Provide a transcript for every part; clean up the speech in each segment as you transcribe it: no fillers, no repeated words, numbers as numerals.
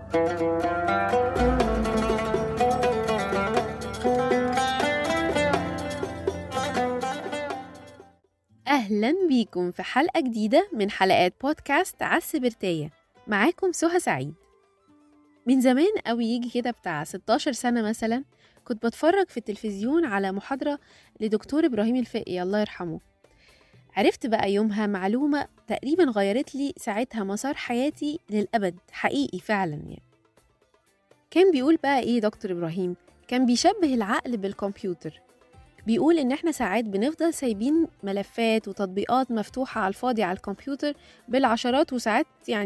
أهلا بيكم في حلقة جديدة من حلقات بودكاست عالسبرتية. معاكم سهى سعيد. من زمان قوي، يجي كده بتاع 16 سنة مثلا، كنت بتفرج في التلفزيون على محاضرة لدكتور إبراهيم الفقي الله يرحمه. عرفت بقى يومها معلومة تقريبا غيرت لي ساعتها مسار حياتي للأبد، حقيقي فعلا يعني. كان بيقول بقى إيه دكتور إبراهيم؟ كان بيشبه العقل بالكمبيوتر. بيقول إن إحنا ساعات بنفضل سايبين ملفات وتطبيقات مفتوحة على الفاضي على الكمبيوتر بالعشرات، وساعات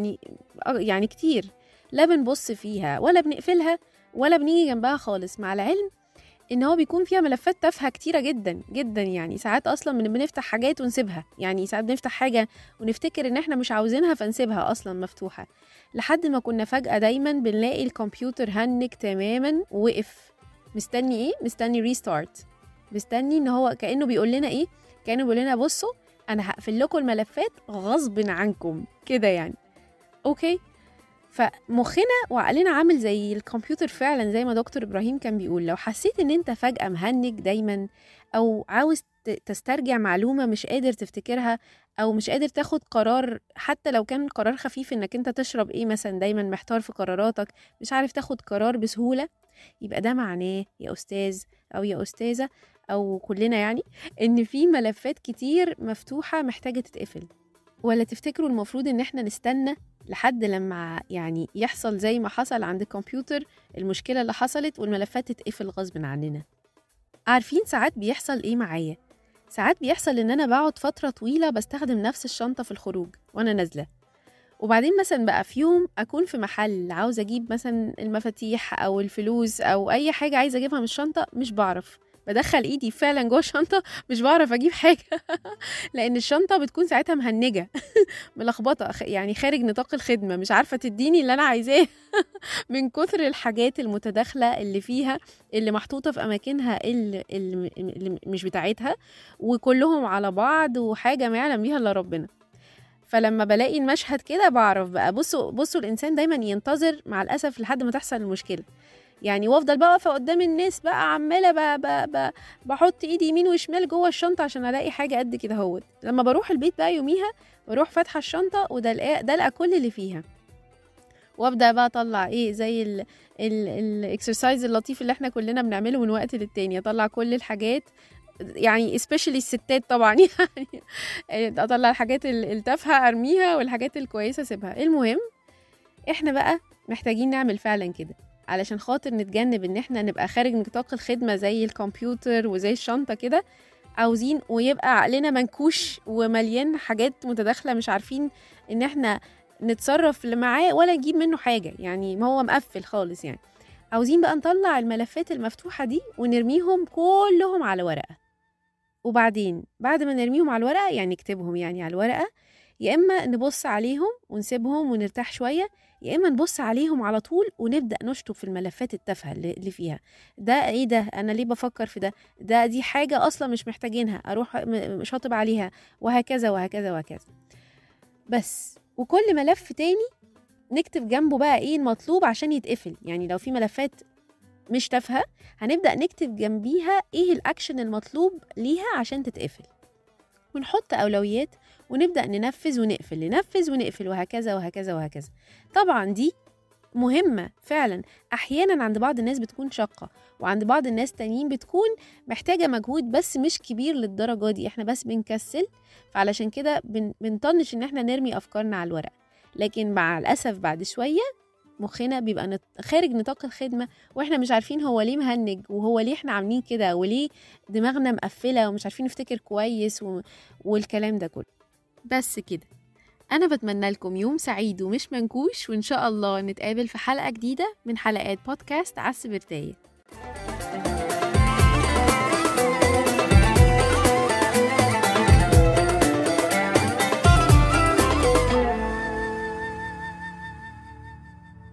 يعني كتير، لا بنبص فيها ولا بنقفلها ولا بنيجي جنبها خالص، مع العلم إن هو بيكون فيها ملفات تافهة كتيرة جدا جدا. يعني ساعات أصلا بنفتح حاجات ونسيبها، يعني ساعات بنفتح حاجة ونفتكر إن إحنا مش عاوزينها فنسيبها أصلا مفتوحة، لحد ما كنا فجأة دايما بنلاقي الكمبيوتر هنج تماما ووقف. مستني إيه؟ مستني ريستارت، مستني ان هو كأنه بيقول لنا ايه، كأنه بيقول لنا بصوا انا هقفل لكم الملفات غصب عنكم كده يعني. اوكي، فمخنا وعقلنا عامل زي الكمبيوتر فعلا، زي ما دكتور ابراهيم كان بيقول. لو حسيت ان انت فجأة مهنج دايما، او عاوز تسترجع معلومة مش قادر تفتكرها، او مش قادر تاخد قرار حتى لو كان قرار خفيف انك انت تشرب ايه مثلا، دايما محتار في قراراتك، مش عارف تاخد قرار بسهولة، يبقى ده معناه يا أستاذ أو يا أستاذة أو كلنا يعني إن في ملفات كتير مفتوحة محتاجة تتقفل. ولا تفتكروا المفروض إن احنا نستنى لحد لما يعني يحصل زي ما حصل عند الكمبيوتر، المشكلة اللي حصلت والملفات تتقفل غصب عننا؟ عارفين ساعات بيحصل إيه معايا؟ ساعات بيحصل إن أنا بقعد فترة طويلة بستخدم نفس الشنطة في الخروج وأنا نازلة، وبعدين مثلا بقى في يوم أكون في محل عاوز أجيب مثلا المفاتيح أو الفلوس أو أي حاجة عايزة أجيبها من الشنطة، مش بعرف، بدخل إيدي فعلا جوه الشنطة مش بعرف أجيب حاجة لأن الشنطة بتكون ساعتها مهنجة ملخبطة، يعني خارج نطاق الخدمة، مش عارفة تديني اللي أنا عايزاه من كثر الحاجات المتداخلة اللي فيها، اللي محطوطة في أماكنها اللي مش بتاعتها، وكلهم على بعض وحاجة ما يعلم بيها إلا ربنا. فلما بلاقي المشهد كده بعرف بقى، بصوا الإنسان دايما ينتظر مع الأسف لحد ما تحصل المشكلة يعني، وافضل بقى واقفة قدام الناس بقى عمالة بحط ايدي يمين وشمال جوه الشنطة عشان الاقي حاجة قد كده هوت. لما بروح البيت بقى يوميها بروح فاتحة الشنطة ده لقى كل اللي فيها، وابدا بقى اطلع ايه زي الاكسرسايز اللطيف اللي احنا كلنا بنعمله من وقت للتاني، اطلع كل الحاجات، يعني especially الستات طبعا يعني اطلع الحاجات التافهه ارميها والحاجات الكويسه اسيبها. المهم احنا بقى محتاجين نعمل فعلا كده علشان خاطر نتجنب ان احنا نبقى خارج نطاق الخدمه زي الكمبيوتر وزي الشنطه كده، عاوزين ويبقى عقلنا منكوش ومليان حاجات متداخله، مش عارفين ان احنا نتصرف اللي معاه ولا نجيب منه حاجه، يعني ما هو مقفل خالص يعني. عاوزين بقى نطلع الملفات المفتوحه دي ونرميهم كلهم على ورقه، وبعدين بعد ما نرميهم على الورقة يعني نكتبهم يعني على الورقة، يا إما نبص عليهم ونسيبهم ونرتاح شوية، يا إما نبص عليهم على طول ونبدأ نشطب في الملفات التافهة اللي فيها. ده إيه ده؟ أنا ليه بفكر في ده؟ دي حاجة أصلا مش محتاجينها، أروح شاطب عليها، وهكذا وهكذا وهكذا. بس وكل ملف تاني نكتب جنبه بقى إيه المطلوب عشان يتقفل. يعني لو في ملفات مش تافهة هنبدأ نكتب جنبيها ايه الاكشن المطلوب ليها عشان تتقفل، ونحط اولويات ونبدأ ننفذ ونقفل، ننفذ ونقفل، وهكذا وهكذا وهكذا. طبعا دي مهمة فعلا، احيانا عند بعض الناس بتكون شاقة، وعند بعض الناس تانيين بتكون محتاجة مجهود بس مش كبير للدرجة دي، احنا بس بنكسل، فعلشان كده بنطنش ان احنا نرمي افكارنا على الورق. لكن مع الأسف بعد شوية مخنا بيبقى خارج نطاق الخدمة، واحنا مش عارفين هو ليه مهنج، وهو ليه احنا عاملين كده، وليه دماغنا مقفلة ومش عارفين نفتكر كويس والكلام ده كله. بس كده، أنا بتمنى لكم يوم سعيد ومش منكوش، وإن شاء الله نتقابل في حلقة جديدة من حلقات بودكاست عالسبرتية.